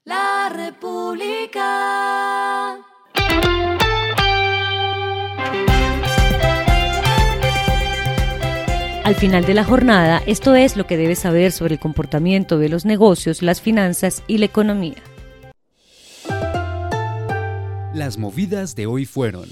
La República. Al final de la jornada, esto es lo que debes saber sobre el comportamiento de los negocios, las finanzas y la economía. Las movidas de hoy fueron: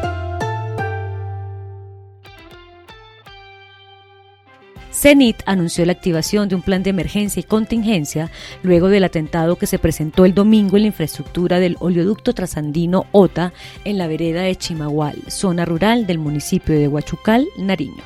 CENIT anunció la activación de un plan de emergencia y contingencia luego del atentado que se presentó el domingo en la infraestructura del oleoducto trasandino OTA en la vereda de Chimagual, zona rural del municipio de Huachucal, Nariño.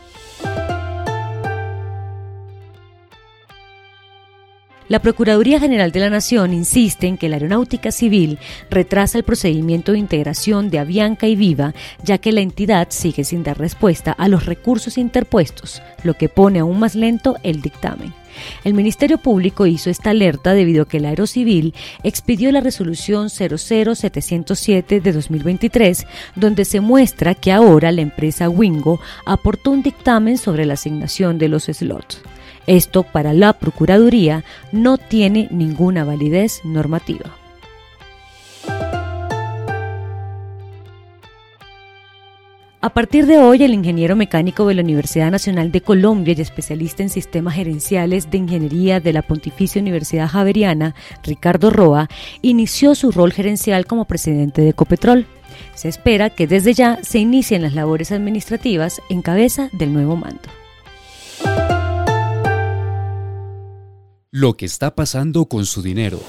La Procuraduría General de la Nación insiste en que la Aeronáutica Civil retrasa el procedimiento de integración de Avianca y Viva, ya que la entidad sigue sin dar respuesta a los recursos interpuestos, lo que pone aún más lento el dictamen. El Ministerio Público hizo esta alerta debido a que la Aerocivil expidió la resolución 00707 de 2023, donde se muestra que ahora la empresa Wingo aportó un dictamen sobre la asignación de los slots. Esto, para la Procuraduría, no tiene ninguna validez normativa. A partir de hoy, el ingeniero mecánico de la Universidad Nacional de Colombia y especialista en sistemas gerenciales de ingeniería de la Pontificia Universidad Javeriana, Ricardo Roa, inició su rol gerencial como presidente de Ecopetrol. Se espera que desde ya se inicien las labores administrativas en cabeza del nuevo mando. lo que está pasando con su dinero.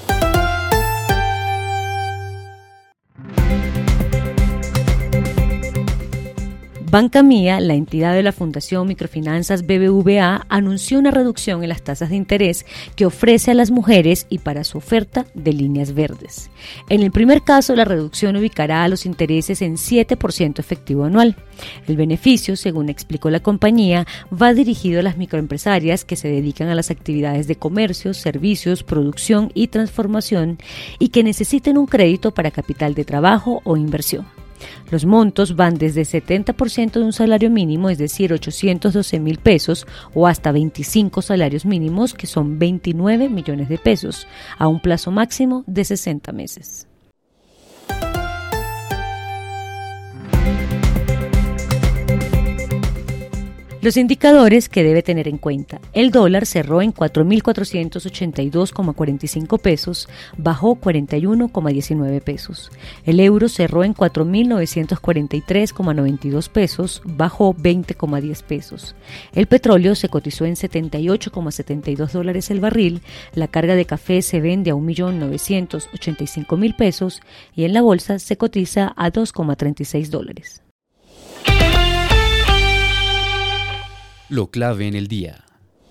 Banca Mía, la entidad de la Fundación Microfinanzas BBVA, anunció una reducción en las tasas de interés que ofrece a las mujeres y para su oferta de líneas verdes. En el primer caso, la reducción ubicará a los intereses en 7% efectivo anual. El beneficio, según explicó la compañía, va dirigido a las microempresarias que se dedican a las actividades de comercio, servicios, producción y transformación y que necesiten un crédito para capital de trabajo o inversión. Los montos van desde 70% de un salario mínimo, es decir, 812,000 pesos, o hasta 25 salarios mínimos, que son 29 millones de pesos, a un plazo máximo de 60 meses. Los indicadores que debe tener en cuenta. El dólar cerró en 4.482,45 pesos, bajó 41,19 pesos. El euro cerró en 4.943,92 pesos, bajó 20,10 pesos. El petróleo se cotizó en $78,72 el barril. La carga de café se vende a 1.985.000 pesos y en la bolsa se cotiza a $2,36. Lo clave en el día.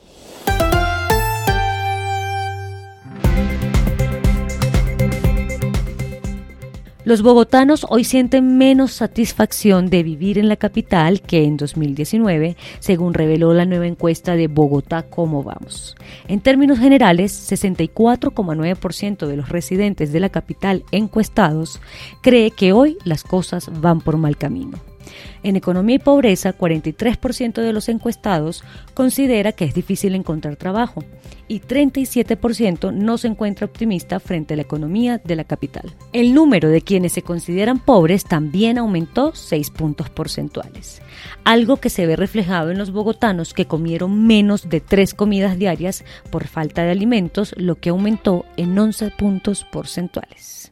Los bogotanos hoy sienten menos satisfacción de vivir en la capital que en 2019, según reveló la nueva encuesta de Bogotá Cómo Vamos. En términos generales, 64,9% de los residentes de la capital encuestados cree que hoy las cosas van por mal camino. En economía y pobreza, 43% de los encuestados considera que es difícil encontrar trabajo y 37% no se encuentra optimista frente a la economía de la capital. El número de quienes se consideran pobres también aumentó 6 puntos porcentuales, algo que se ve reflejado en los bogotanos que comieron menos de 3 comidas diarias por falta de alimentos, lo que aumentó en 11 puntos porcentuales.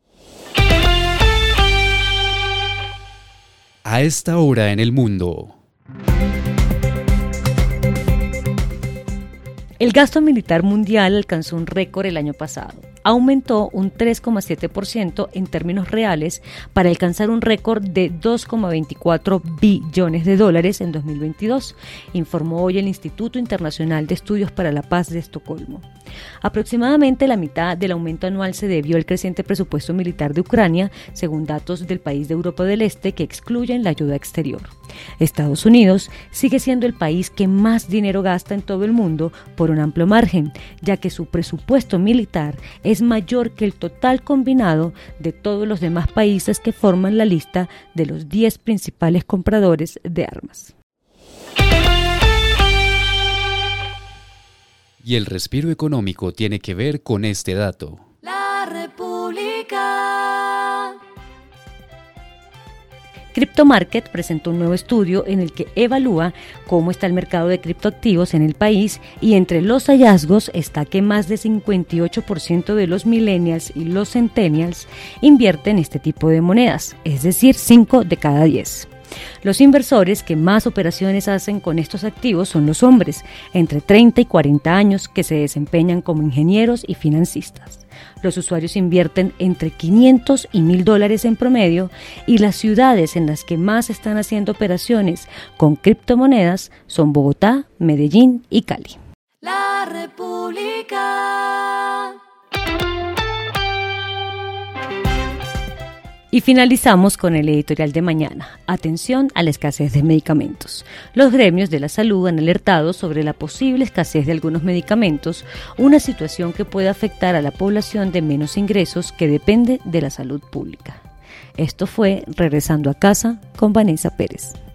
A esta hora en el mundo. El gasto militar mundial alcanzó un récord el año pasado. Aumentó un 3,7% en términos reales para alcanzar un récord de $2,24 billones en 2022, informó hoy el Instituto Internacional de Estudios para la Paz de Estocolmo. Aproximadamente la mitad del aumento anual se debió al creciente presupuesto militar de Ucrania, según datos del país de Europa del Este que excluyen la ayuda exterior. Estados Unidos sigue siendo el país que más dinero gasta en todo el mundo por un amplio margen, ya que su presupuesto militar es mayor que el total combinado de todos los demás países que forman la lista de los 10 principales compradores de armas. Y el respiro económico tiene que ver con este dato. La República. CryptoMarket presentó un nuevo estudio en el que evalúa cómo está el mercado de criptoactivos en el país, y entre los hallazgos está que más de 58% de los millennials y los centennials invierten este tipo de monedas, es decir, 5 de cada 10. Los inversores que más operaciones hacen con estos activos son los hombres, entre 30 y 40 años, que se desempeñan como ingenieros y financistas. Los usuarios invierten entre $500 y $1,000 en promedio, y las ciudades en las que más están haciendo operaciones con criptomonedas son Bogotá, Medellín y Cali. La República. Y finalizamos con el editorial de mañana. Atención a la escasez de medicamentos. Los gremios de la salud han alertado sobre la posible escasez de algunos medicamentos, una situación que puede afectar a la población de menos ingresos que depende de la salud pública. Esto fue Regresando a Casa con Vanessa Pérez.